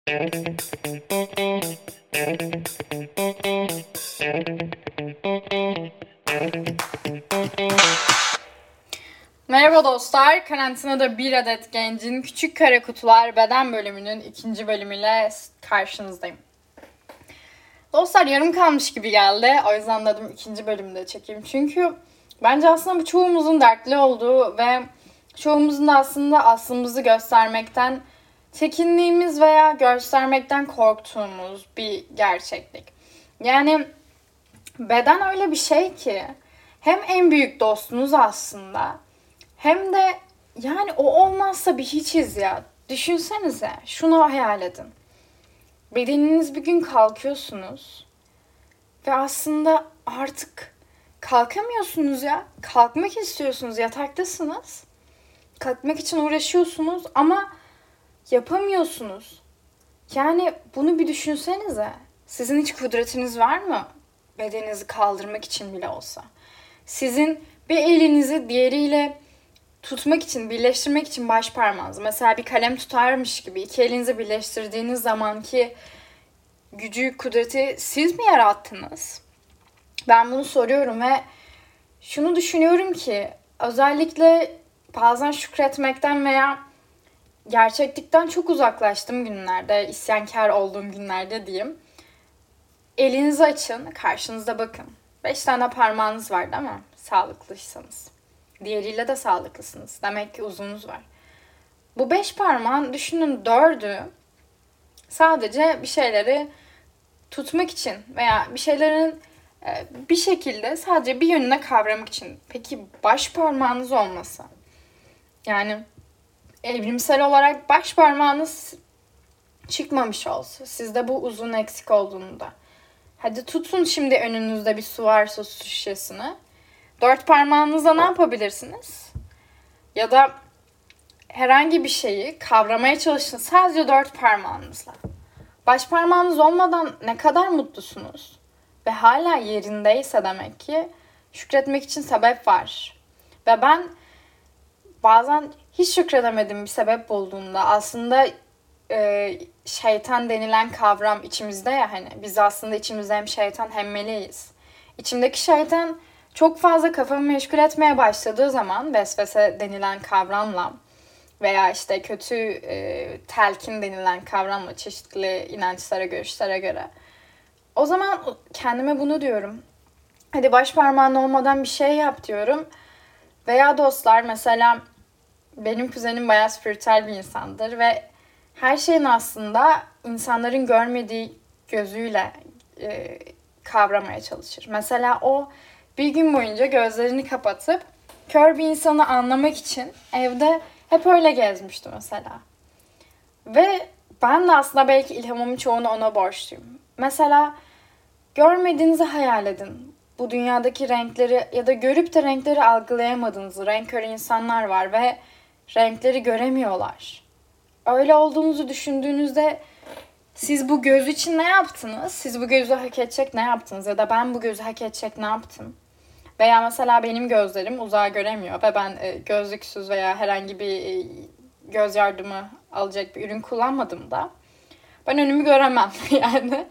Merhaba dostlar, karantinada bir adet gencin Küçük Kara Kutular Beden bölümünün 2. bölümüyle karşınızdayım. Dostlar yarım kalmış gibi geldi, o yüzden dedim 2. bölümde çekeyim. Çünkü bence aslında bu çoğumuzun dertli olduğu ve çoğumuzun da aslında aslımızı göstermekten çekindiğimiz veya göstermekten korktuğumuz bir gerçeklik. Yani beden öyle bir şey ki hem en büyük dostunuz aslında hem de yani o olmazsa bir hiçiz ya. Düşünsenize, şunu hayal edin. Bedeniniz bir gün kalkıyorsunuz ve aslında artık kalkamıyorsunuz ya. Kalkmak istiyorsunuz, yataktasınız. Kalkmak için uğraşıyorsunuz ama yapamıyorsunuz. Yani bunu bir düşünsenize. Sizin hiç kudretiniz var mı? Bedeninizi kaldırmak için bile olsa. Sizin bir elinizi diğeriyle tutmak için, birleştirmek için baş parmağınız. Mesela bir kalem tutarmış gibi iki elinizi birleştirdiğiniz zamanki gücü, kudreti siz mi yarattınız? Ben bunu soruyorum ve şunu düşünüyorum ki özellikle bazen şükretmekten veya gerçeklikten çok uzaklaştığım günlerde, isyankar olduğum günlerde diyeyim. Elinizi açın, karşınıza bakın. 5 tane parmağınız var değil mi? Sağlıklıysanız. Diğeriyle de sağlıklısınız. Demek ki uzunuz var. Bu 5 parmağın düşünün 4'ü sadece bir şeyleri tutmak için veya bir şeylerin bir şekilde sadece bir yönüne kavramak için. Peki baş parmağınız olmasa? Yani evrimsel olarak baş parmağınız çıkmamış olsa, sizde bu uzun eksik olduğunda. Hadi tutun şimdi önünüzde bir su varsa su şişesini. 4 parmağınızla ne yapabilirsiniz? Ya da herhangi bir şeyi kavramaya çalışın sadece 4 parmağınızla. Baş parmağınız olmadan ne kadar mutlusunuz? Ve hala yerindeyse demek ki şükretmek için sebep var. Ve ben bazen hiç şükredemediğim bir sebep bulduğumda aslında şeytan denilen kavram içimizde ya hani biz aslında içimizde hem şeytan hem meleğiz. İçimdeki şeytan çok fazla kafamı meşgul etmeye başladığı zaman vesvese denilen kavramla veya işte kötü telkin denilen kavramla çeşitli inançlara, görüşlere göre. O zaman kendime bunu diyorum. Hadi baş parmağın olmadan bir şey yap diyorum. Veya dostlar mesela benim kuzenim bayağı spiritüel bir insandır ve her şeyin aslında insanların görmediği gözüyle kavramaya çalışır. Mesela o bir gün boyunca gözlerini kapatıp kör bir insanı anlamak için evde hep öyle gezmişti mesela. Ve ben de aslında belki ilhamımın çoğunu ona borçluyum. Mesela görmediğinizi hayal edin. Bu dünyadaki renkleri ya da görüp de renkleri algılayamadığınız renk körü insanlar var ve renkleri göremiyorlar. Öyle olduğunuzu düşündüğünüzde siz bu göz için ne yaptınız? Siz bu gözü hak edecek ne yaptınız? Ya da ben bu gözü hak edecek ne yaptım? Veya mesela benim gözlerim uzağa göremiyor ve ben gözlüksüz veya herhangi bir göz yardımı alacak bir ürün kullanmadım da ben önümü göremem yani.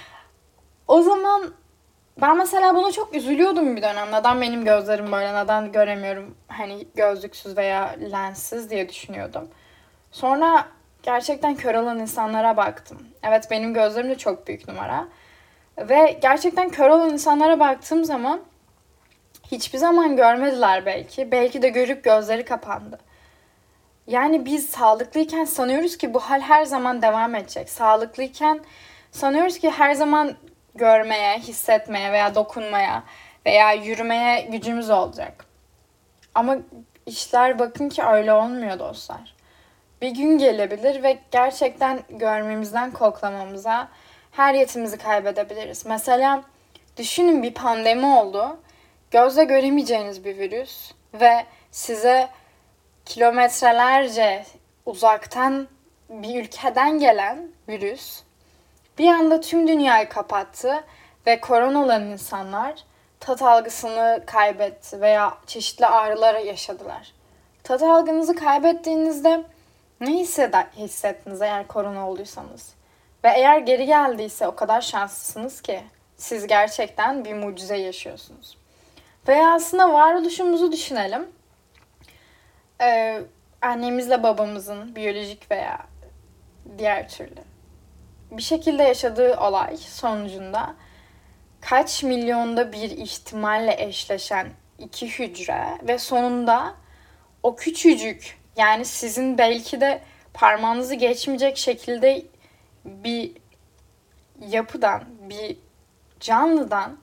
O zaman ben mesela buna çok üzülüyordum bir dönem. Neden benim gözlerim böyle, neden göremiyorum hani gözlüksüz veya lenssiz diye düşünüyordum. Sonra gerçekten kör olan insanlara baktım. Evet benim gözlerim de çok büyük numara. Ve gerçekten kör olan insanlara baktığım zaman hiçbir zaman görmediler belki. Belki de görüp gözleri kapandı. Yani biz sağlıklıyken sanıyoruz ki bu hal her zaman devam edecek. Sağlıklıyken sanıyoruz ki her zaman görmeye, hissetmeye veya dokunmaya veya yürümeye gücümüz olacak. Ama işler bakın ki öyle olmuyor dostlar. Bir gün gelebilir ve gerçekten görmemizden koklamamıza her yetimizi kaybedebiliriz. Mesela düşünün bir pandemi oldu. Gözle göremeyeceğiniz bir virüs ve size kilometrelerce uzaktan bir ülkeden gelen virüs bir anda tüm dünyayı kapattı ve korona olan insanlar tat algısını kaybetti veya çeşitli ağrılar yaşadılar. Tat algınızı kaybettiğinizde ne hissettiniz eğer korona olduysanız? Ve eğer geri geldiyse o kadar şanslısınız ki siz gerçekten bir mucize yaşıyorsunuz. Veya aslında varoluşumuzu düşünelim. Annemizle babamızın biyolojik veya diğer türlü bir şekilde yaşadığı olay sonucunda kaç milyonda bir ihtimalle eşleşen iki hücre ve sonunda o küçücük, yani sizin belki de parmağınızı geçmeyecek şekilde bir yapıdan, bir canlıdan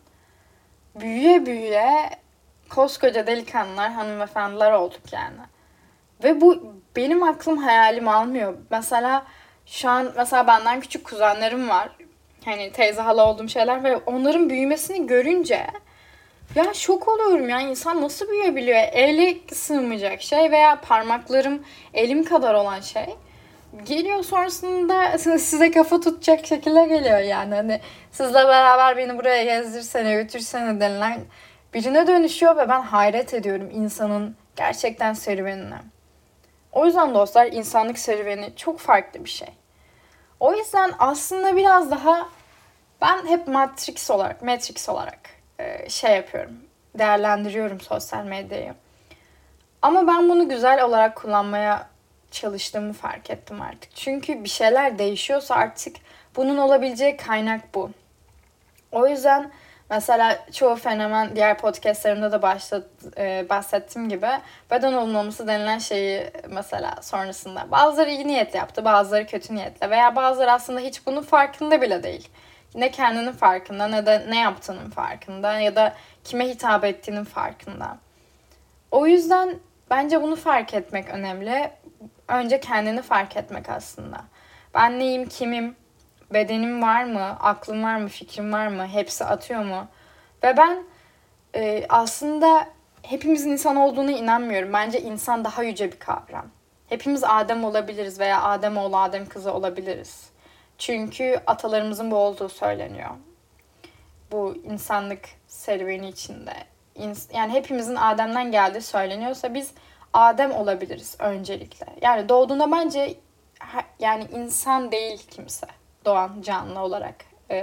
büyüye büyüye koskoca delikanlılar, hanımefendiler olduk yani. Ve bu benim aklım hayalim almıyor. Mesela şu an benden küçük kuzenlerim var. Hani teyze hala olduğum şeyler ve onların büyümesini görünce ya şok oluyorum ya, insan nasıl büyüyebiliyor? Eli sığmayacak şey veya parmaklarım elim kadar olan şey geliyor sonrasında size kafa tutacak şekilde geliyor yani. Hani sizle beraber beni buraya gezdirsene, götürsene denilen birine dönüşüyor ve ben hayret ediyorum insanın gerçekten serüvenine. O yüzden dostlar, insanlık serüveni çok farklı bir şey. O yüzden aslında biraz daha ben hep Matrix olarak şey yapıyorum. Değerlendiriyorum sosyal medyayı. Ama ben bunu güzel olarak kullanmaya çalıştığımı fark ettim artık. Çünkü bir şeyler değişiyorsa artık bunun olabileceği kaynak bu. O yüzden mesela çoğu fenomen, diğer podcastlerimde de bahsettiğim gibi, beden olumlaması denilen şeyi mesela sonrasında bazıları iyi niyetli yaptı, bazıları kötü niyetle veya bazıları aslında hiç bunun farkında bile değil. Ne kendinin farkında ne de ne yaptığının farkında ya da kime hitap ettiğinin farkında. O yüzden bence bunu fark etmek önemli. Önce kendini fark etmek aslında. Ben neyim, kimim, bedenim var mı, aklım var mı, fikrim var mı, hepsi atıyor mu? Ve ben aslında hepimizin insan olduğuna inanmıyorum. Bence insan daha yüce bir kavram. Hepimiz Adem olabiliriz veya Adem oğlu, Adem kızı olabiliriz. Çünkü atalarımızın bu olduğu söyleniyor. Bu insanlık serüveni içinde. Yani hepimizin Adem'den geldiği söyleniyorsa biz Adem olabiliriz öncelikle. Yani doğduğunda bence yani insan değil kimse doğan canlı olarak.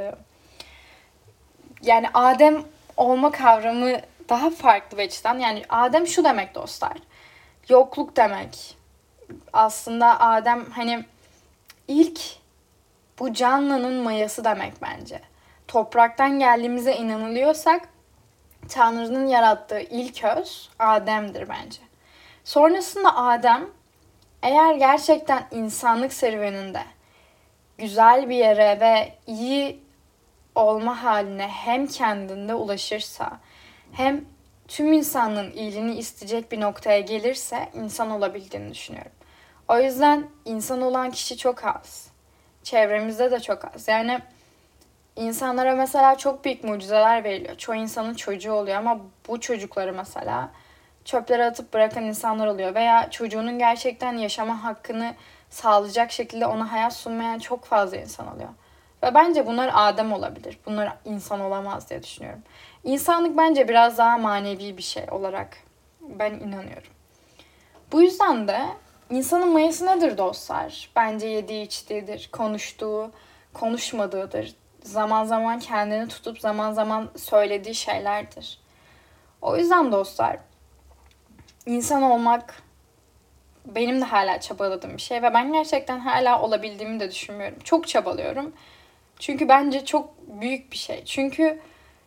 Yani Adem olma kavramı daha farklı bir açıdan. Yani Adem şu demek dostlar. Yokluk demek. Aslında Adem hani ilk bu canlının mayası demek bence. Topraktan geldiğimize inanılıyorsak Tanrı'nın yarattığı ilk öz Adem'dir bence. Sonrasında Adem eğer gerçekten insanlık serüveninde güzel bir yere ve iyi olma haline hem kendinde ulaşırsa hem tüm insanlığın iyiliğini isteyecek bir noktaya gelirse insan olabildiğini düşünüyorum. O yüzden insan olan kişi çok az. Çevremizde de çok az. Yani insanlara mesela çok büyük mucizeler veriliyor. Çoğu insanın çocuğu oluyor ama bu çocukları mesela çöplere atıp bırakan insanlar oluyor. Veya çocuğunun gerçekten yaşama hakkını sağlayacak şekilde ona hayat sunmayan çok fazla insan oluyor. Ve bence bunlar Adem olabilir. Bunlar insan olamaz diye düşünüyorum. İnsanlık bence biraz daha manevi bir şey olarak ben inanıyorum. Bu yüzden de insanın mayası nedir dostlar? Bence yediği içtiğidir, konuştuğu, konuşmadığıdır. Zaman zaman kendini tutup zaman zaman söylediği şeylerdir. O yüzden dostlar, insan olmak benim de hala çabaladığım bir şey ve ben gerçekten hala olabildiğimi de düşünmüyorum. Çok çabalıyorum. Çünkü bence çok büyük bir şey. Çünkü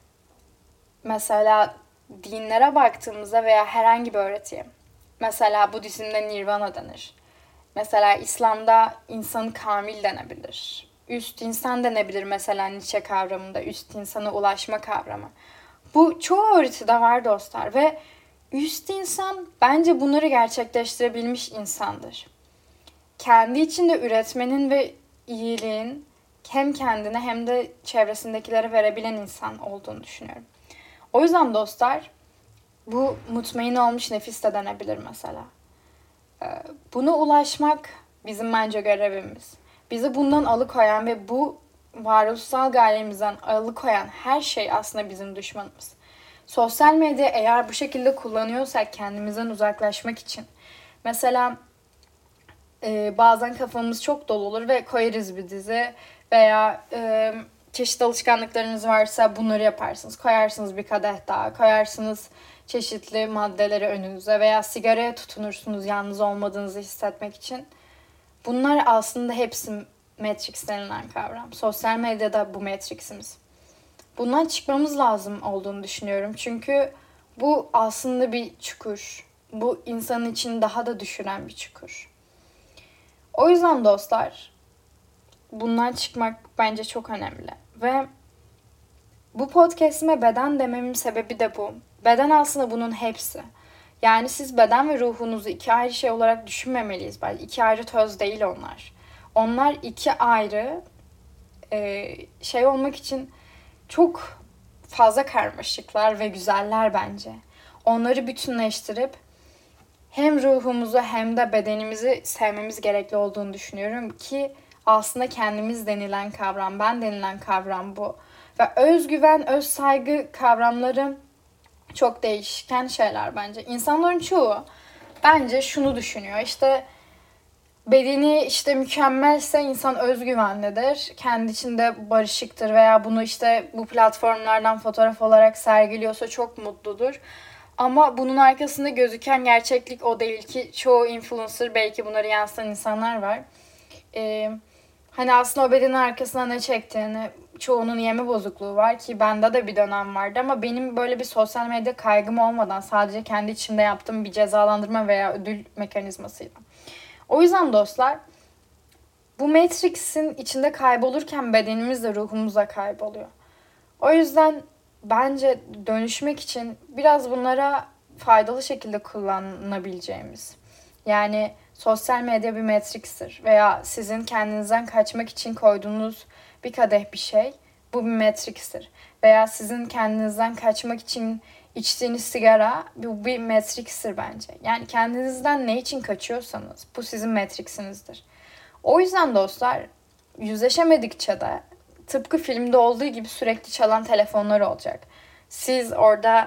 mesela dinlere baktığımızda veya herhangi bir öğretiye, mesela Budizm'de Nirvana denir. Mesela İslam'da insan kamil denebilir. Üst insan denebilir mesela Nietzsche kavramında, üst insana ulaşma kavramı. Bu çoğu öğretide var dostlar ve üst insan bence bunları gerçekleştirebilmiş insandır. Kendi içinde üretmenin ve iyiliğin hem kendine hem de çevresindekilere verebilen insan olduğunu düşünüyorum. O yüzden dostlar, bu mutmain olmuş nefis de denebilir mesela. Buna ulaşmak bizim bence görevimiz. Bizi bundan alıkoyan ve bu varoluşsal gayemizden alıkoyan her şey aslında bizim düşmanımız. Sosyal medya eğer bu şekilde kullanıyorsak kendimizden uzaklaşmak için. Mesela bazen kafamız çok dolu olur ve koyarız bir dizi Veya çeşitli alışkanlıklarınız varsa bunları yaparsınız. Koyarsınız bir kadeh daha, koyarsınız çeşitli maddeleri önünüze veya sigaraya tutunursunuz yalnız olmadığınızı hissetmek için. Bunlar aslında hepsi Matrix denilen kavram. Sosyal medyada bu Matrix'imiz. Bundan çıkmamız lazım olduğunu düşünüyorum. Çünkü bu aslında bir çukur. Bu insanın için daha da düşüren bir çukur. O yüzden dostlar, bundan çıkmak bence çok önemli. Ve bu podcast'ime beden dememin sebebi de bu. Beden aslında bunun hepsi. Yani siz beden ve ruhunuzu iki ayrı şey olarak düşünmemeliyiz. Belki iki ayrı töz değil onlar. Onlar iki ayrı şey olmak için çok fazla karmaşıklar ve güzeller bence. Onları bütünleştirip hem ruhumuzu hem de bedenimizi sevmemiz gerekli olduğunu düşünüyorum ki aslında kendimiz denilen kavram, ben denilen kavram bu. Ve özgüven, öz saygı kavramları çok değişken şeyler bence. İnsanların çoğu bence şunu düşünüyor. İşte bedeni işte mükemmelse insan özgüvenlidir. Kendi içinde barışıktır veya bunu işte bu platformlardan fotoğraf olarak sergiliyorsa çok mutludur. Ama bunun arkasında gözüken gerçeklik o değil ki çoğu influencer belki bunları yansıtan insanlar var. Hani aslında o bedenin arkasına ne çektiğini, çoğunun yeme bozukluğu var ki bende de bir dönem vardı ama benim böyle bir sosyal medya kaygım olmadan sadece kendi içimde yaptığım bir cezalandırma veya ödül mekanizmasıyla. O yüzden dostlar, bu Matrix'in içinde kaybolurken bedenimiz de ruhumuz da kayboluyor. O yüzden bence dönüşmek için biraz bunlara faydalı şekilde kullanabileceğimiz. Yani sosyal medya bir Matrix'tir veya sizin kendinizden kaçmak için koyduğunuz bir kadeh bir şey, bu bir Matrix'tir. Veya sizin kendinizden kaçmak için içtiğiniz sigara, bu bir Matrix'tir bence. Yani kendinizden ne için kaçıyorsanız bu sizin Matrix'inizdir. O yüzden dostlar, yüzleşemedikçe de tıpkı filmde olduğu gibi sürekli çalan telefonlar olacak. Siz orada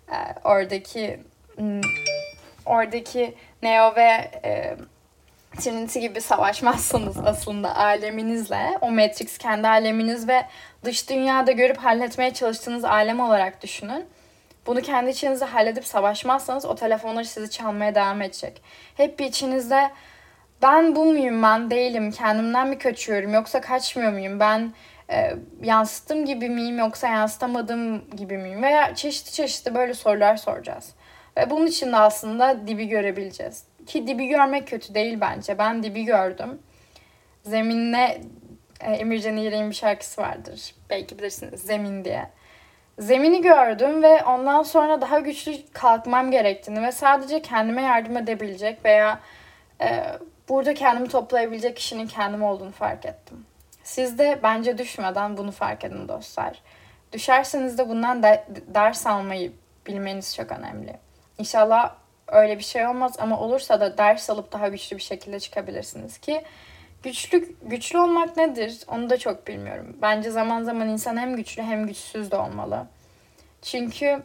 oradaki Neo ve Trinity gibi savaşmazsanız aslında aleminizle, o Matrix kendi aleminiz ve dış dünyada görüp halletmeye çalıştığınız alem olarak düşünün. Bunu kendi içinizde halledip savaşmazsanız o telefonlar sizi çalmaya devam edecek. Hep bir içinizde ben bu muyum, ben değilim, kendimden mi kaçıyorum yoksa kaçmıyor muyum, ben yansıttığım gibi miyim yoksa yansıtamadığım gibi miyim veya çeşitli böyle sorular soracağız. Ve bunun için de aslında dibi görebileceğiz. Ki dibi görmek kötü değil bence. Ben dibi gördüm. Zeminle Emircan İğrek'in bir şarkısı vardır. Belki bilirsiniz, Zemin diye. Zemini gördüm ve ondan sonra daha güçlü kalkmam gerektiğini ve sadece kendime yardım edebilecek veya burada kendimi toplayabilecek kişinin kendim olduğunu fark ettim. Siz de bence düşmeden bunu fark edin dostlar. Düşerseniz de bundan ders almayı bilmeniz çok önemli. İnşallah öyle bir şey olmaz ama olursa da ders alıp daha güçlü bir şekilde çıkabilirsiniz ki güçlü olmak nedir onu da çok bilmiyorum. Bence zaman zaman insan hem güçlü hem güçsüz de olmalı. Çünkü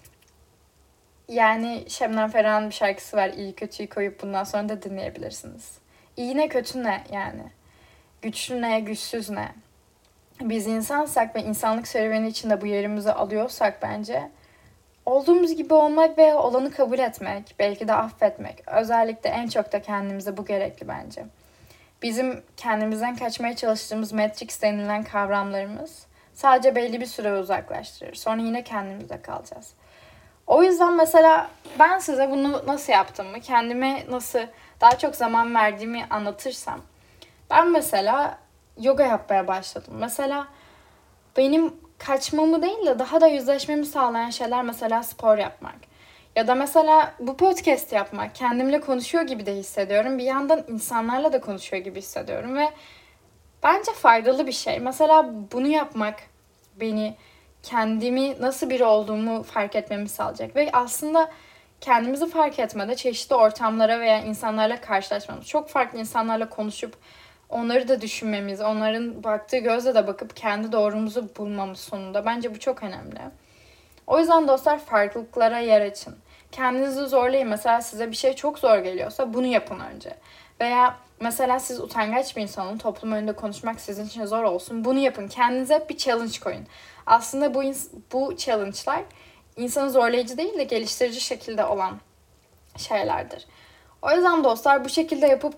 yani Şebnem Ferah'ın bir şarkısı var. İyi kötüyü koyup bundan sonra da dinleyebilirsiniz. İyi ne kötü ne yani. Güçlü ne güçsüz ne. Biz insansak ve insanlık serüveni içinde bu yerimizi alıyorsak bence olduğumuz gibi olmak ve olanı kabul etmek, belki de affetmek. Özellikle en çok da kendimize bu gerekli bence. Bizim kendimizden kaçmaya çalıştığımız Matrix denilen kavramlarımız sadece belli bir süre uzaklaştırır. Sonra yine kendimizde kalacağız. O yüzden mesela ben size bunu nasıl yaptığımı, kendime nasıl daha çok zaman verdiğimi anlatırsam. Ben mesela yoga yapmaya başladım. Mesela benim kaçmamı değil de daha da yüzleşmemi sağlayan şeyler mesela spor yapmak. Ya da mesela bu podcast yapmak. Kendimle konuşuyor gibi de hissediyorum. Bir yandan insanlarla da konuşuyor gibi hissediyorum ve bence faydalı bir şey. Mesela bunu yapmak beni kendimi nasıl biri olduğumu fark etmemi sağlayacak. Ve aslında kendimizi fark etmede çeşitli ortamlara veya insanlarla karşılaşmamız, çok farklı insanlarla konuşup onları da düşünmemiz, onların baktığı gözle de bakıp kendi doğrumuzu bulmamız sonunda. Bence bu çok önemli. O yüzden dostlar farklılıklara yer açın. Kendinizi zorlayın. Mesela size bir şey çok zor geliyorsa bunu yapın önce. Veya Mesela siz utangaç bir insan olun, toplum önünde konuşmak sizin için zor olsun. Bunu yapın. Kendinize bir challenge koyun. Aslında bu challenge'lar insanı zorlayıcı değil de geliştirici şekilde olan şeylerdir. O yüzden dostlar bu şekilde yapıp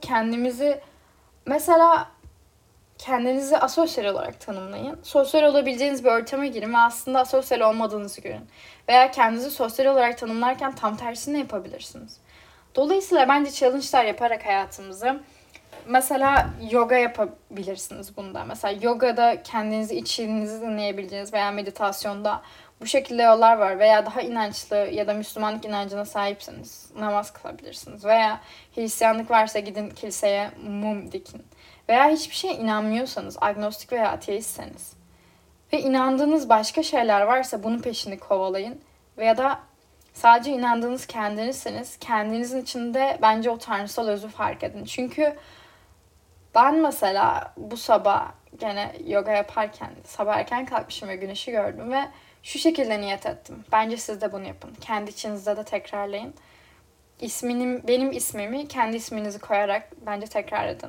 kendinizi asosyal olarak tanımlayın. Sosyal olabileceğiniz bir ortama girin ve aslında asosyal olmadığınızı görün. Veya kendinizi sosyal olarak tanımlarken tam tersini yapabilirsiniz. Dolayısıyla bence challenge'lar yaparak hayatımızı, mesela yoga yapabilirsiniz bunda. Mesela yogada kendinizi, içinizi dinleyebileceğiniz veya meditasyonda bu şekilde yollar var. Veya daha inançlı ya da Müslümanlık inancına sahipseniz namaz kılabilirsiniz. Veya Hristiyanlık varsa gidin kiliseye mum dikin. Veya hiçbir şeye inanmıyorsanız, agnostik veya ateistseniz ve inandığınız başka şeyler varsa bunun peşini kovalayın. Veya da sadece inandığınız kendinizseniz kendinizin içinde bence o tanrısal özü fark edin. Çünkü ben mesela bu sabah gene yoga yaparken sabah erken kalkmışım ve güneşi gördüm ve şu şekilde niyet ettim. Bence siz de bunu yapın. Kendi içinizde de tekrarlayın. Benim ismimi kendi isminizi koyarak bence tekrar edin.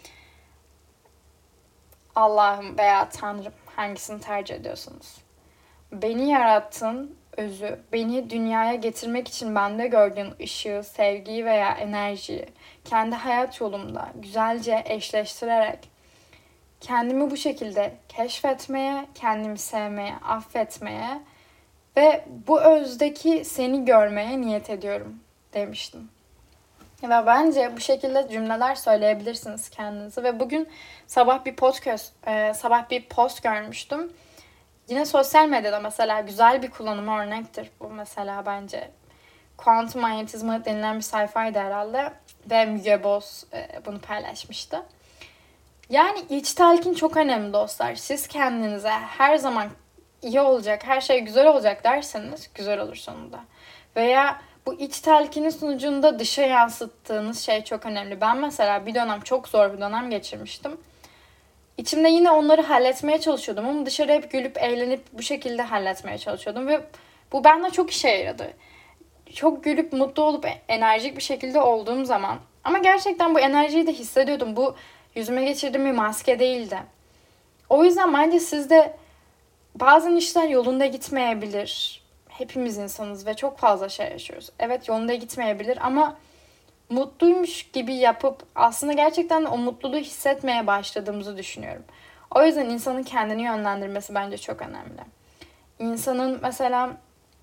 Allah'ım veya Tanrım, hangisini tercih ediyorsunuz? Beni yarattın özü, beni dünyaya getirmek için bende gördüğün ışığı, sevgiyi veya enerjiyi kendi hayat yolumda güzelce eşleştirerek kendimi bu şekilde keşfetmeye, kendimi sevmeye, affetmeye ve bu özdeki seni görmeye niyet ediyorum demiştim. Ve bence bu şekilde cümleler söyleyebilirsiniz kendinize. Ve bugün sabah bir post görmüştüm. Yine sosyal medyada mesela güzel bir kullanıma örnektir bu mesela bence. Kuantum manyetizma denilen bir sayfaydı herhalde. Ve Müge Boz bunu paylaşmıştı. Yani iç telkin çok önemli dostlar. Siz kendinize her zaman iyi olacak, her şey güzel olacak derseniz güzel olur sonunda. Veya bu iç telkinin sonucunda dışa yansıttığınız şey çok önemli. Ben mesela bir dönem çok zor bir dönem geçirmiştim. İçimde yine onları halletmeye çalışıyordum ama dışarı hep gülüp eğlenip bu şekilde halletmeye çalışıyordum ve bu bende çok işe yaradı. Çok gülüp mutlu olup enerjik bir şekilde olduğum zaman ama gerçekten bu enerjiyi de hissediyordum. Bu yüzüme geçirdiğim bir maske değildi. O yüzden bence sizde bazen işler yolunda gitmeyebilir. Hepimiz insanız ve çok fazla şey yaşıyoruz. Evet, yolunda gitmeyebilir ama mutluymuş gibi yapıp aslında gerçekten o mutluluğu hissetmeye başladığımızı düşünüyorum. O yüzden insanın kendini yönlendirmesi bence çok önemli. İnsanın mesela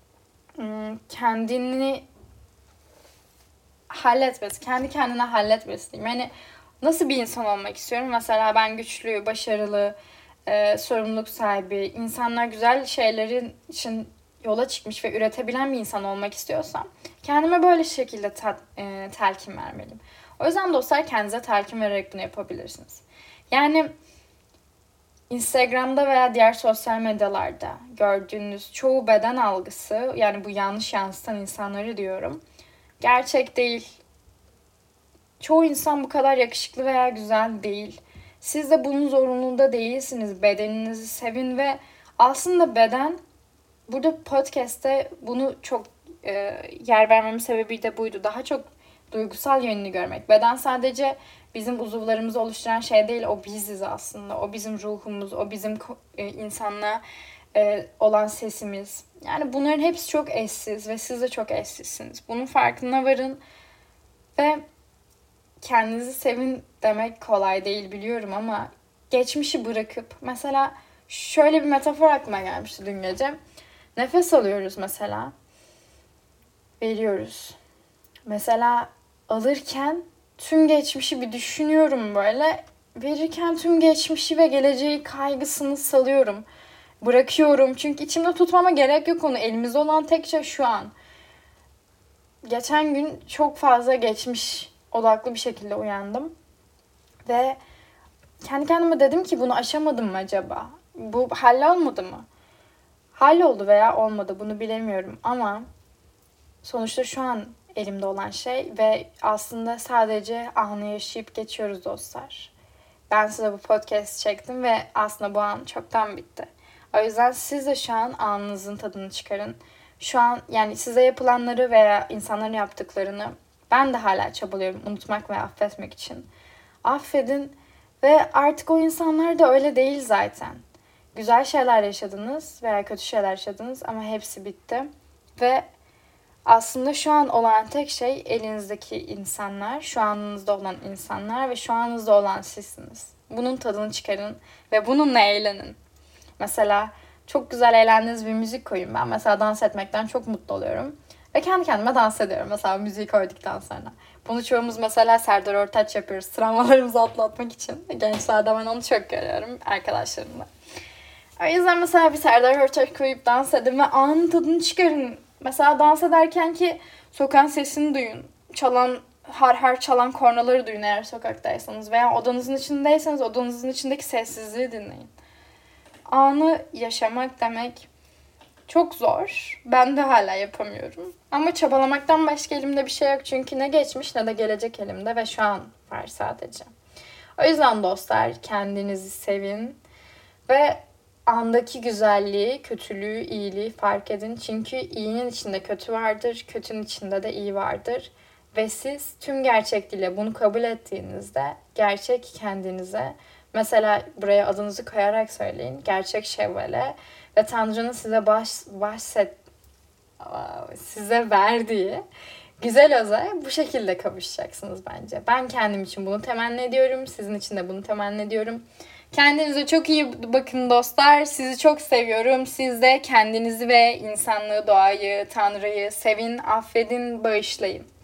kendini halletmesi, kendi kendine halletmesi diyeyim. Yani nasıl bir insan olmak istiyorum? Mesela ben güçlü, başarılı, sorumluluk sahibi, insanlar güzel şeylerin için yola çıkmış ve üretebilen bir insan olmak istiyorsam kendime böyle şekilde telkin vermeliyim. O yüzden dostlar kendinize telkin vererek bunu yapabilirsiniz. Yani Instagram'da veya diğer sosyal medyalarda gördüğünüz çoğu beden algısı, yani bu yanlış yansıtan insanları diyorum, gerçek değil. Çoğu insan bu kadar yakışıklı veya güzel değil. Siz de bunun zorunluluğunda değilsiniz. Bedeninizi sevin ve aslında beden, burada podcast'te bunu çok yer vermemin sebebi de buydu. Daha çok duygusal yönünü görmek. Beden sadece bizim uzuvlarımızı oluşturan şey değil. O biziz aslında. O bizim ruhumuz. O bizim insanla olan sesimiz. Yani bunların hepsi çok eşsiz ve siz de çok eşsizsiniz. Bunun farkına varın ve kendinizi sevin demek kolay değil biliyorum ama geçmişi bırakıp, mesela şöyle bir metafor aklıma gelmişti dün gece. Nefes alıyoruz mesela. Veriyoruz. Mesela alırken tüm geçmişi bir düşünüyorum böyle. Verirken tüm geçmişi ve geleceği kaygısını salıyorum. Bırakıyorum. Çünkü içimde tutmama gerek yok onu. Elimizde olan tek şey şu an. Geçen gün çok fazla geçmiş odaklı bir şekilde uyandım. Ve kendi kendime dedim ki bunu aşamadım mı acaba? Bu hallolmadı mı? Halloldu veya olmadı, bunu bilemiyorum ama sonuçta şu an elimde olan şey ve aslında sadece anı yaşayıp geçiyoruz dostlar. Ben size bu podcast çektim ve aslında bu an çoktan bitti. O yüzden siz de şu an anınızın tadını çıkarın. Şu an yani size yapılanları veya insanların yaptıklarını ben de hala çabalıyorum unutmak ve affetmek için. Affedin ve artık o insanlar da öyle değil zaten. Güzel şeyler yaşadınız veya kötü şeyler yaşadınız ama hepsi bitti. Ve aslında şu an olan tek şey elinizdeki insanlar, şu anınızda olan insanlar ve şu anınızda olan sizsiniz. Bunun tadını çıkarın ve bununla eğlenin. Mesela çok güzel eğlendiğiniz bir müzik koyun. Ben mesela dans etmekten çok mutlu oluyorum. Ve kendi kendime dans ediyorum mesela müziği koyduktan sonra. Bunu çoğumuz mesela Serdar Ortaç yapıyoruz. Travmalarımızı atlatmak için. Gençlerde ben onu çok görüyorum arkadaşlarımla. O yüzden mesela bir Serdar Ortaç koyup dans edin ve anın tadını çıkarın. Mesela dans ederken ki sokağın sesini duyun. Çalan har har çalan kornaları duyun eğer sokaktaysanız. Veya odanızın içindeyseniz odanızın içindeki sessizliği dinleyin. Anı yaşamak demek çok zor. Ben de hala yapamıyorum. Ama çabalamaktan başka elimde bir şey yok. Çünkü ne geçmiş ne de gelecek elimde ve şu an var sadece. O yüzden dostlar kendinizi sevin ve andaki güzelliği, kötülüğü, iyiliği fark edin. Çünkü iyinin içinde kötü vardır, kötünün içinde de iyi vardır. Ve siz tüm gerçekliğiyle bunu kabul ettiğinizde gerçek kendinize, mesela buraya adınızı koyarak söyleyin, gerçek Şevval'e ve Tanrı'nın size verdiği güzel öze bu şekilde kavuşacaksınız bence. Ben kendim için bunu temenni ediyorum. Sizin için de bunu temenni ediyorum. Kendinize çok iyi bakın dostlar. Sizi çok seviyorum. Siz de kendinizi ve insanlığı, doğayı, Tanrı'yı sevin, affedin, bağışlayın.